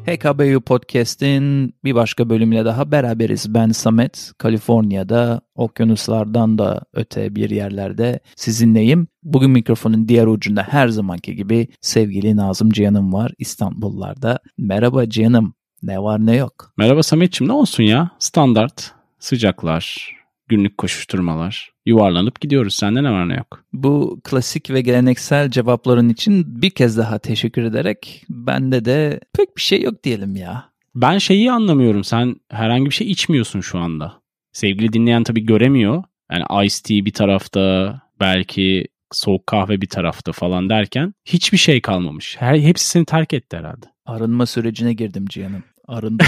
PKBU Podcast'in bir başka bölümüyle daha beraberiz. Ben Samet, Kaliforniya'da, okyanuslardan da öte bir yerlerde sizinleyim. Bugün mikrofonun diğer ucunda her zamanki gibi sevgili Nazım Cihan'ım var İstanbullarda. Merhaba Cihan'ım, ne var ne yok? Merhaba Samet'ciğim, ne olsun ya? Standart, sıcaklar, günlük koşuşturmalar, yuvarlanıp gidiyoruz. Sende ne var ne yok? Bu klasik ve geleneksel cevapların için bir kez daha teşekkür ederek bende de pek bir şey yok diyelim ya. Ben şeyi anlamıyorum. Sen herhangi bir şey içmiyorsun şu anda. Sevgili dinleyen tabii göremiyor. Yani iced tea bir tarafta, belki soğuk kahve bir tarafta falan derken hiçbir şey kalmamış. Hepsi seni terk etti herhalde. Arınma sürecine girdim Cihan'ım. Arındım.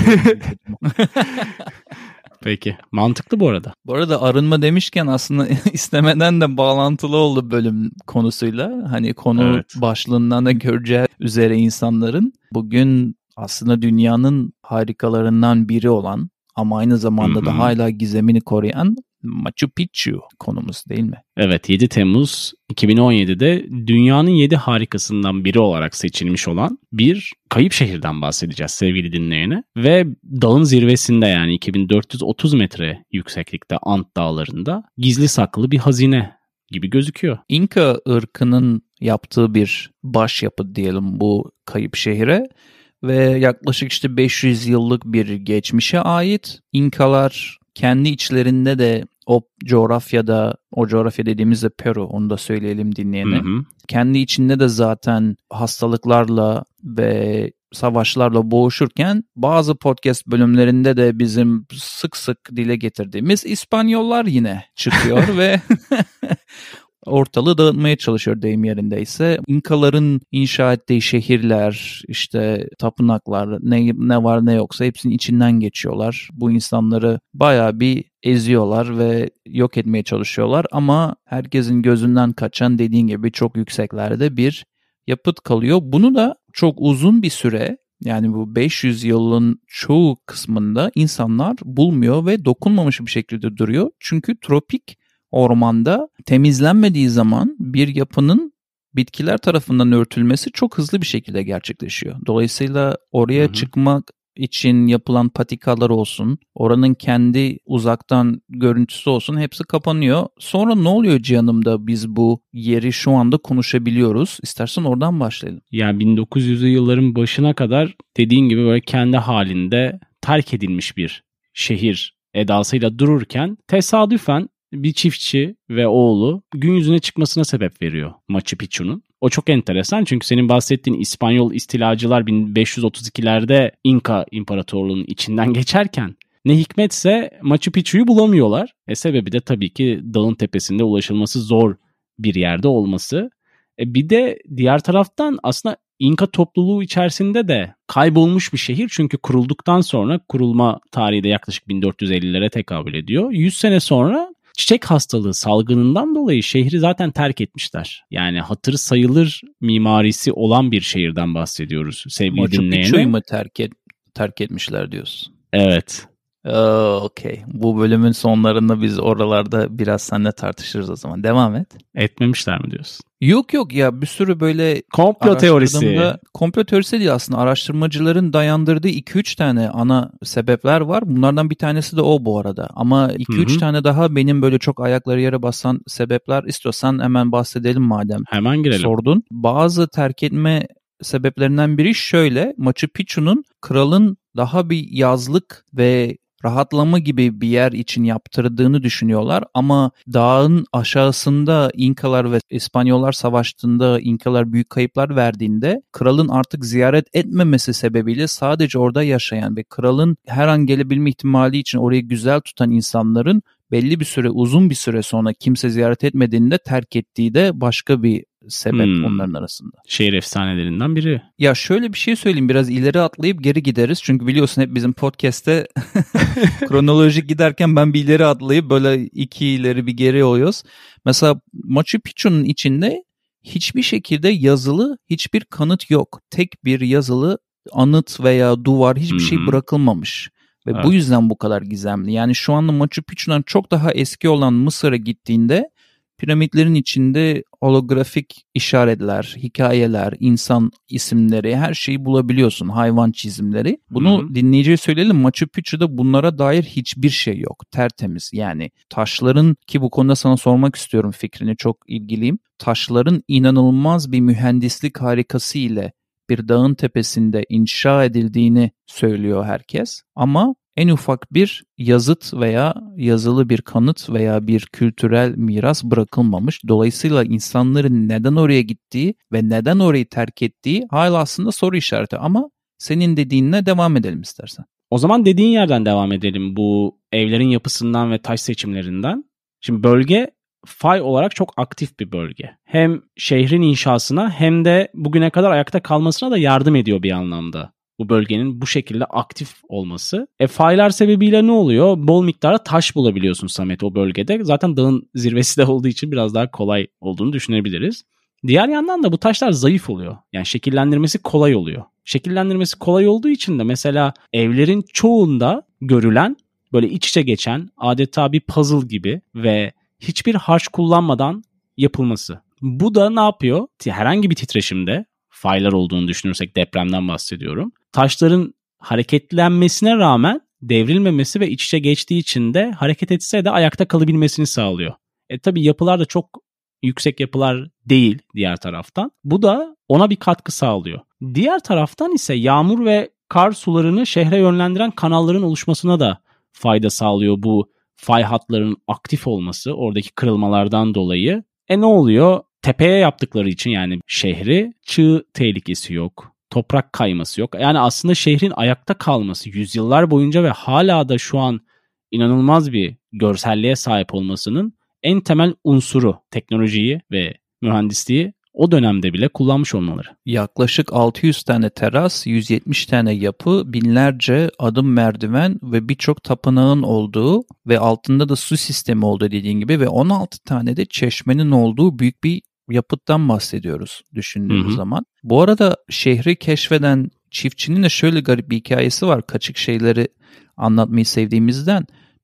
Peki. Mantıklı bu arada. Bu arada arınma demişken aslında istemeden de bağlantılı oldu bölüm konusuyla. Hani konu başlığından da göreceği üzere insanların bugün aslında dünyanın harikalarından biri olan ama aynı zamanda da hala gizemini koruyan Machu Picchu konumuz değil mi? Evet, 7 Temmuz 2017'de dünyanın 7 harikasından biri olarak seçilmiş olan bir kayıp şehirden bahsedeceğiz sevgili dinleyene. Ve dağın zirvesinde, yani 2430 metre yükseklikte Ant Dağları'nda gizli saklı bir hazine gibi gözüküyor. İnka ırkının yaptığı bir başyapıt diyelim bu kayıp şehire. Ve yaklaşık işte 500 yıllık bir geçmişe ait. İnkalar kendi içlerinde de o coğrafya dediğimizde Peru, onu da söyleyelim dinleyene. Kendi içinde de zaten hastalıklarla ve savaşlarla boğuşurken bazı podcast bölümlerinde de bizim sık sık dile getirdiğimiz İspanyollar yine çıkıyor ve ortalığı dağıtmaya çalışıyor deyim yerindeyse. İnkaların inşa ettiği şehirler, işte tapınaklar, ne var ne yoksa hepsinin içinden geçiyorlar. Bu insanları bayağı bir eziyorlar ve yok etmeye çalışıyorlar ama herkesin gözünden kaçan, dediğin gibi çok yükseklerde bir yapıt kalıyor. Bunu da çok uzun bir süre, yani bu 500 yılın çoğu kısmında insanlar bulmuyor ve dokunmamış bir şekilde duruyor. Çünkü tropik ormanda temizlenmediği zaman bir yapının bitkiler tarafından örtülmesi çok hızlı bir şekilde gerçekleşiyor. Dolayısıyla oraya çıkmak için yapılan patikalar olsun, oranın kendi uzaktan görüntüsü olsun, hepsi kapanıyor. Sonra ne oluyor Cihan'ım biz bu yeri şu anda konuşabiliyoruz? İstersen oradan başlayalım. Yani 1900'lü yılların başına kadar dediğin gibi böyle kendi halinde terk edilmiş bir şehir edasıyla dururken tesadüfen bir çiftçi ve oğlu gün yüzüne çıkmasına sebep veriyor Machu Picchu'nun. O çok enteresan çünkü senin bahsettiğin İspanyol istilacılar 1532'lerde İnka İmparatorluğu'nun içinden geçerken ne hikmetse Machu Picchu'yu bulamıyorlar. Sebebi de tabii ki dağın tepesinde ulaşılması zor bir yerde olması. Bir de diğer taraftan aslında İnka topluluğu içerisinde de kaybolmuş bir şehir. Çünkü kurulduktan sonra, kurulma tarihi de yaklaşık 1450'lere tekabül ediyor. 100 sene sonra çiçek hastalığı salgınından dolayı şehri zaten terk etmişler. Yani hatırı sayılır mimarisi olan bir şehirden bahsediyoruz sevgili dinleyene. Machu Picchu'yu mu terk etmişler diyorsun? Evet. Okey. Bu bölümün sonlarında biz oralarda biraz seninle tartışırız o zaman. Devam et. Etmemişler mi diyorsun? Yok ya, bir sürü böyle komplo teorisi. Komplo teorisi değil aslında. Araştırmacıların dayandırdığı 2-3 tane ana sebepler var. Bunlardan bir tanesi de o bu arada. Ama 2-3 tane daha benim böyle çok ayakları yere basan sebepler, istiyorsan hemen bahsedelim madem. Hemen girelim. Sordun. Bazı terk etme sebeplerinden biri şöyle. Machu Picchu'nun kralın daha bir yazlık ve rahatlama gibi bir yer için yaptırdığını düşünüyorlar ama dağın aşağısında İnkalar ve İspanyollar savaştığında, İnkalar büyük kayıplar verdiğinde kralın artık ziyaret etmemesi sebebiyle sadece orada yaşayan ve kralın her an gelebilme ihtimali için orayı güzel tutan insanların belli bir süre, uzun bir süre sonra kimse ziyaret etmediğinde terk ettiği de başka bir sebep onların arasında. Şehir efsanelerinden biri. Ya şöyle bir şey söyleyeyim, biraz ileri atlayıp geri gideriz. Çünkü biliyorsun hep bizim podcast'te kronolojik giderken ben bir ileri atlayıp böyle 2 ileri bir geri oluyoruz. Mesela Machu Picchu'nun içinde hiçbir şekilde yazılı hiçbir kanıt yok. Tek bir yazılı anıt veya duvar, hiçbir şey bırakılmamış. Ve bu yüzden bu kadar gizemli. Yani şu anda Machu Picchu'dan çok daha eski olan Mısır'a gittiğinde Piramitlerin içinde holografik işaretler, hikayeler, insan isimleri, her şeyi bulabiliyorsun. Hayvan çizimleri. Bunu dinleyiciye söyleyelim. Machu Picchu'da bunlara dair hiçbir şey yok. Tertemiz. Yani taşların, ki bu konuda sana sormak istiyorum fikrini, çok ilgiliyim. Taşların inanılmaz bir mühendislik harikası ile bir dağın tepesinde inşa edildiğini söylüyor herkes. Ama en ufak bir yazıt veya yazılı bir kanıt veya bir kültürel miras bırakılmamış. Dolayısıyla insanların neden oraya gittiği ve neden orayı terk ettiği hala aslında soru işareti. Ama senin dediğinle devam edelim istersen. O zaman dediğin yerden devam edelim, bu evlerin yapısından ve taş seçimlerinden. Şimdi bölge fay olarak çok aktif bir bölge. Hem şehrin inşasına hem de bugüne kadar ayakta kalmasına da yardım ediyor bir anlamda. Bu bölgenin bu şekilde aktif olması. Faylar sebebiyle ne oluyor? Bol miktarda taş bulabiliyorsun Samet o bölgede. Zaten dağın zirvesi de olduğu için biraz daha kolay olduğunu düşünebiliriz. Diğer yandan da bu taşlar zayıf oluyor. Yani şekillendirmesi kolay oluyor. Şekillendirmesi kolay olduğu için de mesela evlerin çoğunda görülen böyle iç içe geçen adeta bir puzzle gibi ve hiçbir harç kullanmadan yapılması. Bu da ne yapıyor? Herhangi bir titreşimde, faylar olduğunu düşünürsek depremden bahsediyorum, taşların hareketlenmesine rağmen devrilmemesi ve iç içe geçtiği için de hareket etse de ayakta kalabilmesini sağlıyor. Tabii yapılar da çok yüksek yapılar değil diğer taraftan. Bu da ona bir katkı sağlıyor. Diğer taraftan ise yağmur ve kar sularını şehre yönlendiren kanalların oluşmasına da fayda sağlıyor bu fay hatlarının aktif olması oradaki kırılmalardan dolayı. Ne oluyor? Tepeye yaptıkları için yani şehri, çığ tehlikesi yok. Toprak kayması yok. Yani aslında şehrin ayakta kalması yüzyıllar boyunca ve hala da şu an inanılmaz bir görselliğe sahip olmasının en temel unsuru teknolojiyi ve mühendisliği o dönemde bile kullanmış olmaları. Yaklaşık 600 tane teras, 170 tane yapı, binlerce adım merdiven ve birçok tapınağın olduğu ve altında da su sistemi olduğu dediğin gibi ve 16 tane de çeşmenin olduğu büyük bir yapıttan bahsediyoruz düşündüğümüz zaman. Bu arada şehri keşfeden çiftçinin de şöyle garip bir hikayesi var. Kaçık şeyleri anlatmayı sevdiğimizden.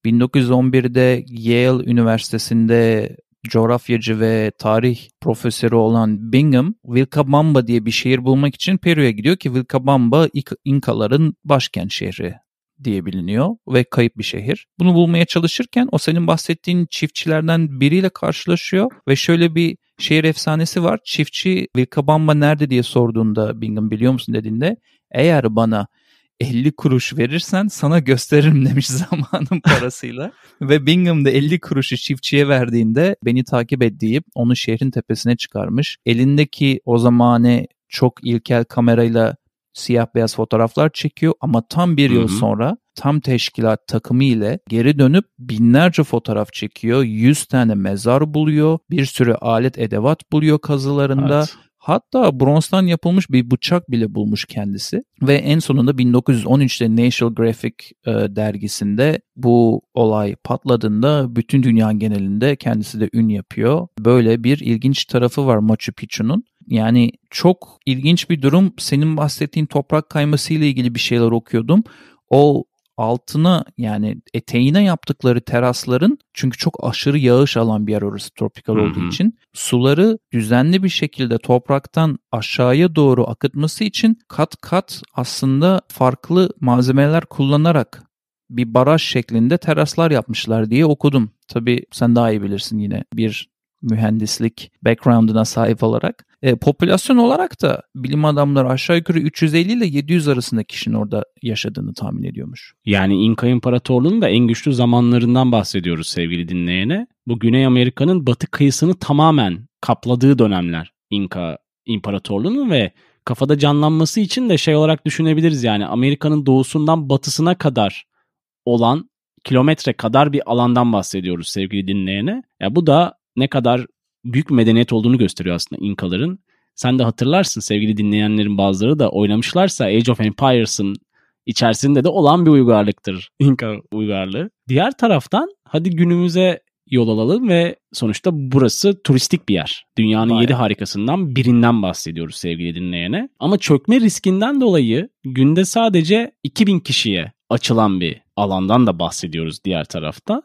1911'de Yale Üniversitesi'nde coğrafyacı ve tarih profesörü olan Bingham, Vilcabamba diye bir şehir bulmak için Peru'ya gidiyor ki Vilcabamba İnkaların başkent şehri diye biliniyor ve kayıp bir şehir. Bunu bulmaya çalışırken o senin bahsettiğin çiftçilerden biriyle karşılaşıyor ve şöyle bir şehir efsanesi var. Çiftçi Vilcabamba nerede diye sorduğunda Bingham biliyor musun dediğinde eğer bana 50 kuruş verirsen sana gösteririm demiş zamanın parasıyla. Ve Bingham da 50 kuruşu çiftçiye verdiğinde beni takip et deyip onu şehrin tepesine çıkarmış. Elindeki o zamanı çok ilkel kamerayla siyah beyaz fotoğraflar çekiyor ama tam bir yıl sonra tam teşkilat takımı ile geri dönüp binlerce fotoğraf çekiyor. 100 tane mezar buluyor. Bir sürü alet edevat buluyor kazılarında. Evet. Hatta bronzdan yapılmış bir bıçak bile bulmuş kendisi. Ve en sonunda 1913'te National Geographic dergisinde bu olay patladığında bütün dünya genelinde kendisi de ün yapıyor. Böyle bir ilginç tarafı var Machu Picchu'nun. Yani çok ilginç bir durum. Senin bahsettiğin toprak kayması ile ilgili bir şeyler okuyordum. O altına yani eteğine yaptıkları terasların, çünkü çok aşırı yağış alan bir yer orası tropikal olduğu için, suları düzenli bir şekilde topraktan aşağıya doğru akıtması için kat kat aslında farklı malzemeler kullanarak bir baraj şeklinde teraslar yapmışlar diye okudum. Tabii sen daha iyi bilirsin yine bir mühendislik background'una sahip olarak. Popülasyon olarak da bilim adamları aşağı yukarı 350 ile 700 arasında kişinin orada yaşadığını tahmin ediyormuş. Yani İnka İmparatorluğu'nun da en güçlü zamanlarından bahsediyoruz sevgili dinleyene. Bu Güney Amerika'nın batı kıyısını tamamen kapladığı dönemler İnka İmparatorluğu'nun ve kafada canlanması için de şey olarak düşünebiliriz, yani Amerika'nın doğusundan batısına kadar olan kilometre kadar bir alandan bahsediyoruz sevgili dinleyene. Ya bu da ne kadar büyük medeniyet olduğunu gösteriyor aslında İnkaların. Sen de hatırlarsın sevgili dinleyenlerin bazıları da oynamışlarsa Age of Empires'ın içerisinde de olan bir uygarlıktır İnka uygarlığı. Diğer taraftan hadi günümüze yol alalım ve sonuçta burası turistik bir yer. Dünyanın 7 harikasından birinden bahsediyoruz sevgili dinleyene. Ama çökme riskinden dolayı günde sadece 2000 kişiye açılan bir alandan da bahsediyoruz diğer tarafta.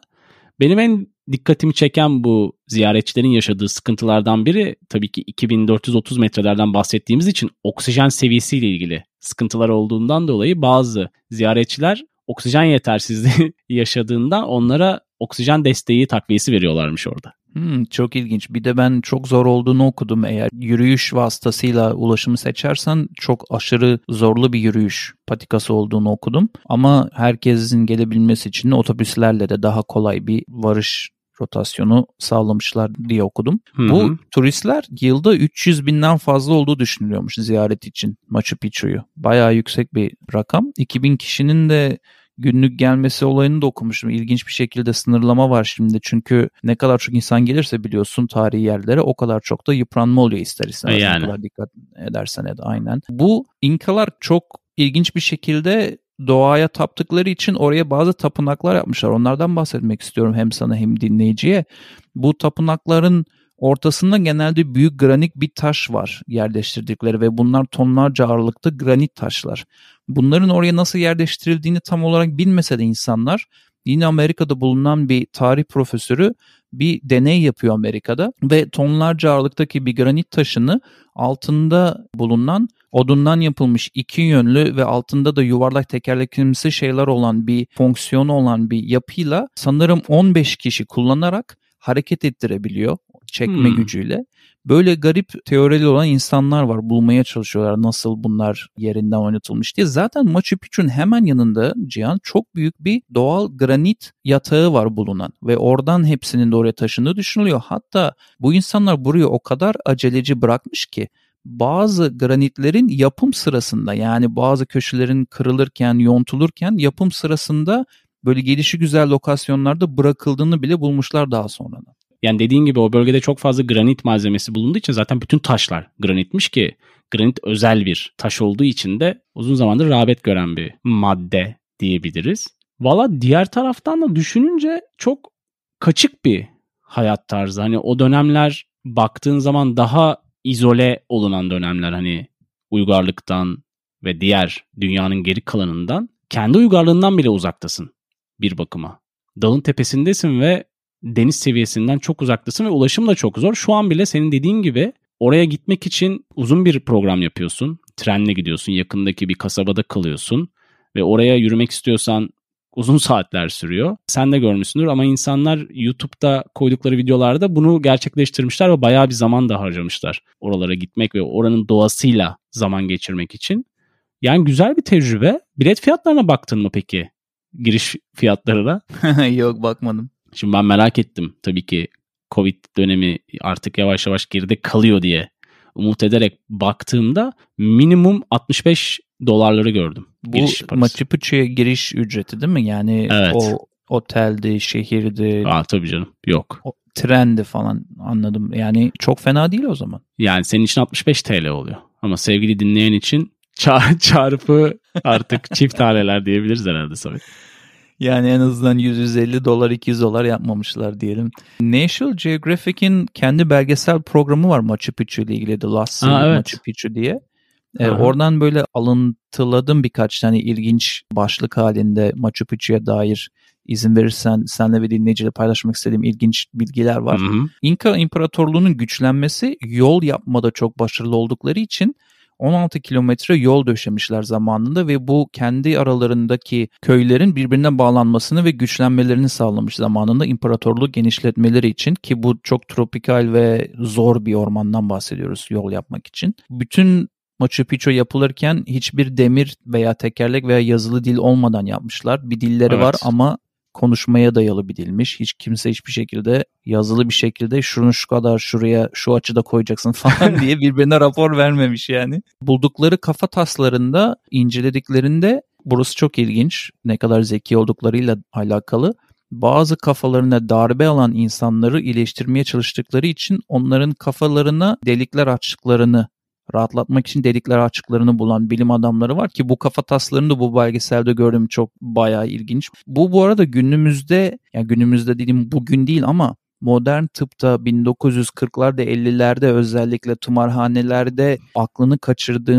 Benim en dikkatimi çeken bu ziyaretçilerin yaşadığı sıkıntılardan biri tabii ki 2430 metrelerden bahsettiğimiz için oksijen seviyesiyle ilgili sıkıntılar olduğundan dolayı bazı ziyaretçiler oksijen yetersizliği yaşadığından onlara oksijen desteği takviyesi veriyorlarmış orada. Çok ilginç. Bir de ben çok zor olduğunu okudum. Eğer yürüyüş vasıtasıyla ulaşımı seçersen çok aşırı zorlu bir yürüyüş patikası olduğunu okudum. Ama herkesin gelebilmesi için otobüslerle de daha kolay bir varış rotasyonu sağlamışlar diye okudum. Bu turistler yılda 300 binden fazla olduğu düşünülüyormuş ziyaret için Machu Picchu'yu. Bayağı yüksek bir rakam. 2000 kişinin de günlük gelmesi olayını da okumuştum. İlginç bir şekilde sınırlama var şimdi. Çünkü ne kadar çok insan gelirse biliyorsun tarihi yerlere o kadar çok da yıpranma oluyor ister istemez. Yani. Ne kadar dikkat edersen et aynen. Bu İnkalar çok ilginç bir şekilde doğaya taptıkları için oraya bazı tapınaklar yapmışlar. Onlardan bahsetmek istiyorum hem sana hem dinleyiciye. Bu tapınakların ortasında genelde büyük granit bir taş var yerleştirdikleri ve bunlar tonlarca ağırlıkta granit taşlar. Bunların oraya nasıl yerleştirildiğini tam olarak bilmese de insanlar, yine Amerika'da bulunan bir tarih profesörü bir deney yapıyor Amerika'da ve tonlarca ağırlıktaki bir granit taşını altında bulunan odundan yapılmış iki yönlü ve altında da yuvarlak tekerleklimsi şeyler olan bir fonksiyonu olan bir yapıyla sanırım 15 kişi kullanarak hareket ettirebiliyor çekme gücüyle. Böyle garip teorileri olan insanlar var. Bulmaya çalışıyorlar nasıl bunlar yerinden oynatılmış diye. Zaten Machu Picchu'nun hemen yanında Cihan çok büyük bir doğal granit yatağı var bulunan. Ve oradan hepsinin de oraya taşındığı düşünülüyor. Hatta bu insanlar burayı o kadar aceleci bırakmış ki bazı granitlerin yapım sırasında, yani bazı köşelerin kırılırken, yontulurken yapım sırasında böyle gelişigüzel lokasyonlarda bırakıldığını bile bulmuşlar daha sonradan. Yani dediğin gibi o bölgede çok fazla granit malzemesi bulunduğu için zaten bütün taşlar granitmiş ki granit özel bir taş olduğu için de uzun zamandır rağbet gören bir madde diyebiliriz. Valla diğer taraftan da düşününce çok kaçık bir hayat tarzı. Hani o dönemler baktığın zaman daha izole olunan dönemler, hani uygarlıktan ve diğer dünyanın geri kalanından, kendi uygarlığından bile uzaktasın bir bakıma. Dağın tepesindesin ve deniz seviyesinden çok uzaktasın ve ulaşım da çok zor. Şu an bile senin dediğin gibi oraya gitmek için uzun bir program yapıyorsun. Trenle gidiyorsun, yakındaki bir kasabada kalıyorsun ve oraya yürümek istiyorsan uzun saatler sürüyor. Sen de görmüşsündür ama insanlar YouTube'da koydukları videolarda bunu gerçekleştirmişler ve bayağı bir zaman da harcamışlar oralara gitmek ve oranın doğasıyla zaman geçirmek için. Yani güzel bir tecrübe. Bilet fiyatlarına baktın mı peki? Giriş fiyatlarına? Yok, bakmadım. Şimdi ben merak ettim. Tabii ki Covid dönemi artık yavaş yavaş geride kalıyor diye umut ederek baktığımda minimum $65 gördüm. Bu Machu Picchu'ya giriş ücreti değil mi? Yani evet. O oteldi, şehirdi. Tabii canım, yok. O trendi falan, anladım. Yani çok fena değil o zaman. Yani senin için 65 TL oluyor. Ama sevgili dinleyen için çarpı artık çift taneler diyebiliriz herhalde Samet. Yani en azından $150, $200 yapmamışlar diyelim. National Geographic'in kendi belgesel programı var Machu Picchu ile ilgili, The Lost City evet. Machu Picchu diye. Oradan böyle alıntıladım birkaç tane ilginç başlık halinde Machu Picchu'ya dair, izin verirsen senle ve dinleyiciyle paylaşmak istediğim ilginç bilgiler var. İnka İmparatorluğu'nun güçlenmesi yol yapmada çok başarılı oldukları için 16 kilometre yol döşemişler zamanında ve bu kendi aralarındaki köylerin birbirine bağlanmasını ve güçlenmelerini sağlamış zamanında imparatorluğu genişletmeleri için, ki bu çok tropikal ve zor bir ormandan bahsediyoruz yol yapmak için. Bütün Machu Picchu yapılırken hiçbir demir veya tekerlek veya yazılı dil olmadan yapmışlar. Bir dilleri var ama konuşmaya dayalı bir dilmiş. Hiç kimse hiçbir şekilde yazılı bir şekilde şunu şu kadar şuraya şu açıda koyacaksın falan diye birbirine rapor vermemiş yani. Buldukları kafa taslarında, incelediklerinde, burası çok ilginç, ne kadar zeki olduklarıyla alakalı. Bazı kafalarına darbe alan insanları iyileştirmeye çalıştıkları için onların kafalarına delikler açtıklarını, rahatlatmak için delikler açıklarını bulan bilim adamları var ki bu kafa taslarını da bu belgeselde gördüm, çok bayağı ilginç. Bu arada günümüzde, yani günümüzde dediğim bugün değil ama modern tıpta 1940'larda 50'lerde özellikle tımarhanelerde aklını kaçırdığını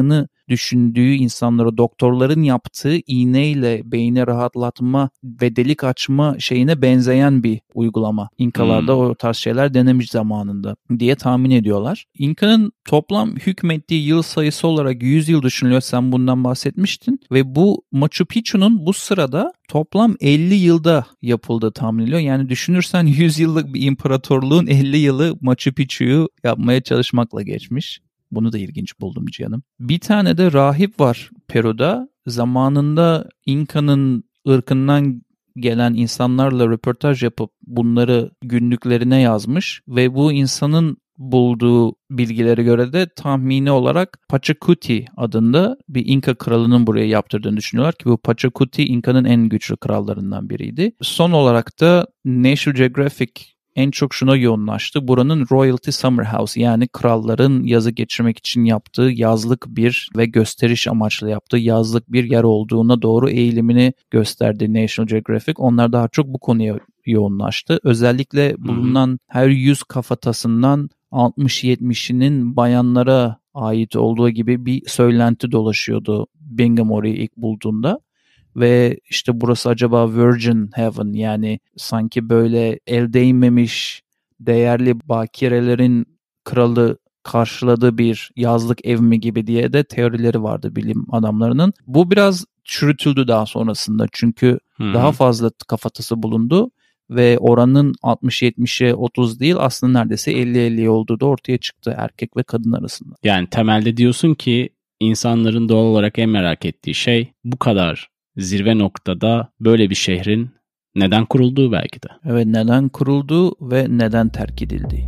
düşündüğü insanlara doktorların yaptığı iğneyle beyni rahatlatma ve delik açma şeyine benzeyen bir uygulama. İnkalarda o tarz şeyler denemiş zamanında diye tahmin ediyorlar. İnka'nın toplam hükmettiği yıl sayısı olarak 100 yıl düşünülüyor. Sen bundan bahsetmiştin ve bu Machu Picchu'nun bu sırada toplam 50 yılda yapıldığı tahmin ediliyor. Yani düşünürsen 100 yıllık bir imparatorluğun 50 yılı Machu Picchu'yu yapmaya çalışmakla geçmiş. Bunu da ilginç buldum canım. Bir tane de rahip var Peru'da. Zamanında İnka'nın ırkından gelen insanlarla röportaj yapıp bunları günlüklerine yazmış ve bu insanın bulduğu bilgilere göre de tahmini olarak Pachacuti adında bir İnka kralının buraya yaptırdığını düşünüyorlar ki bu Pachacuti İnka'nın en güçlü krallarından biriydi. Son olarak da National Geographic en çok şuna yoğunlaştı. Buranın Royalty Summer House yani kralların yazı geçirmek için yaptığı yazlık bir ve gösteriş amaçlı yaptığı yazlık bir yer olduğuna doğru eğilimini gösterdi National Geographic. Onlar daha çok bu konuya yoğunlaştı. Özellikle bulunan her 100 kafatasından 60-70'inin bayanlara ait olduğu gibi bir söylenti dolaşıyordu Bingham orayı ilk bulduğunda. Ve işte burası acaba Virgin Heaven yani sanki böyle el değmemiş değerli bakirelerin kralı karşıladığı bir yazlık ev mi gibi diye de teorileri vardı bilim adamlarının. Bu biraz çürütüldü daha sonrasında çünkü daha fazla kafatası bulundu ve oranın 60-70'e 30 değil aslında neredeyse 50-50 olduğu da ortaya çıktı erkek ve kadın arasında. Yani temelde diyorsun ki insanların doğal olarak en merak ettiği şey bu kadar zirve noktada böyle bir şehrin neden kurulduğu belki de. Evet, neden kurulduğu ve neden terk edildiği.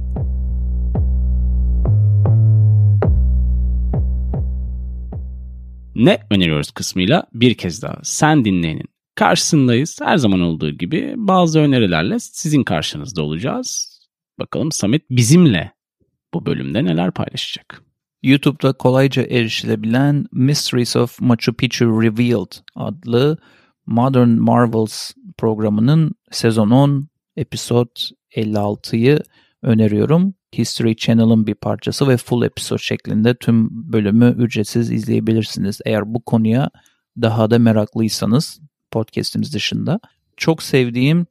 Ne öneriyoruz kısmıyla bir kez daha sen dinleyenin karşısındayız. Her zaman olduğu gibi bazı önerilerle sizin karşınızda olacağız. Bakalım Samet bizimle bu bölümde neler paylaşacak? YouTube'da kolayca erişilebilen Mysteries of Machu Picchu Revealed adlı Modern Marvels programının sezon 10 episode 56'yı öneriyorum. History Channel'ın bir parçası ve full episode şeklinde tüm bölümü ücretsiz izleyebilirsiniz. Eğer bu konuya daha da meraklıysanız podcast'imiz dışında. Çok sevdiğim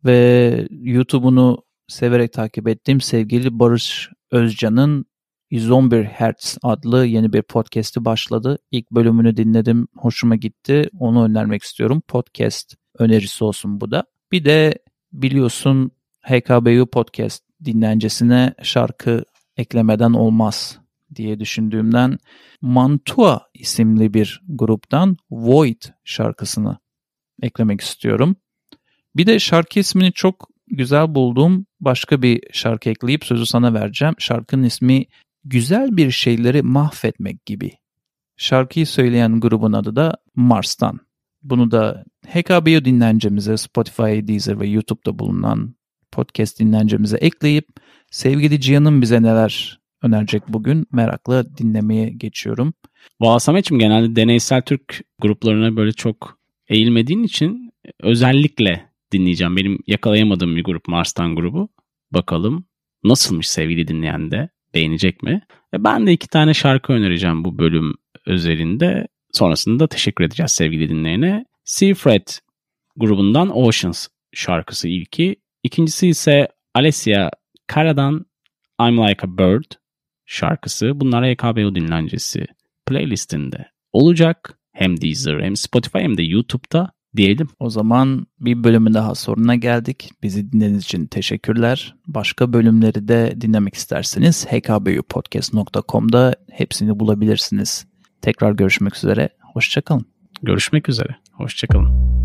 ve YouTube'unu severek takip ettiğim sevgili Barış Özcan'ın 111 Hz adlı yeni bir podcast'i başladı. İlk bölümünü dinledim. Hoşuma gitti. Onu önermek istiyorum. Podcast önerisi olsun bu da. Bir de biliyorsun HKBU Podcast dinlencesine şarkı eklemeden olmaz diye düşündüğümden Mantua isimli bir gruptan Void şarkısını eklemek istiyorum. Bir de şarkı ismini çok güzel bulduğum başka bir şarkı ekleyip sözü sana vereceğim. Şarkının ismi Güzel Bir Şeyleri Mahvetmek Gibi. Şarkıyı söyleyen grubun adı da Mars'tan. Bunu da HKBU dinlencemize, Spotify, Deezer ve YouTube'da bulunan podcast dinlencemize ekleyip sevgili Cihan'ın bize neler önerecek bugün merakla dinlemeye geçiyorum. Valla Samet'ciğim genelde deneysel Türk gruplarına böyle çok eğilmediğin için özellikle dinleyeceğim. Benim yakalayamadığım bir grup Mars'tan grubu. Bakalım nasılmış sevgili dinleyen de beğenecek mi? Ben de 2 tane şarkı önereceğim bu bölüm özelinde. Sonrasında teşekkür edeceğiz sevgili dinleyene. Seafret grubundan Oceans şarkısı ilki. İkincisi ise Alessia Cara'dan I'm Like a Bird şarkısı. Bunlar HKBU dinlencesi playlistinde olacak. Hem Deezer hem Spotify hem de YouTube'da diyelim. O zaman bir bölümün daha sonuna geldik. Bizi dinlediğiniz için teşekkürler. Başka bölümleri de dinlemek isterseniz hkbupodcast.com'da hepsini bulabilirsiniz. Tekrar görüşmek üzere. Hoşça kalın. Görüşmek üzere. Hoşça kalın.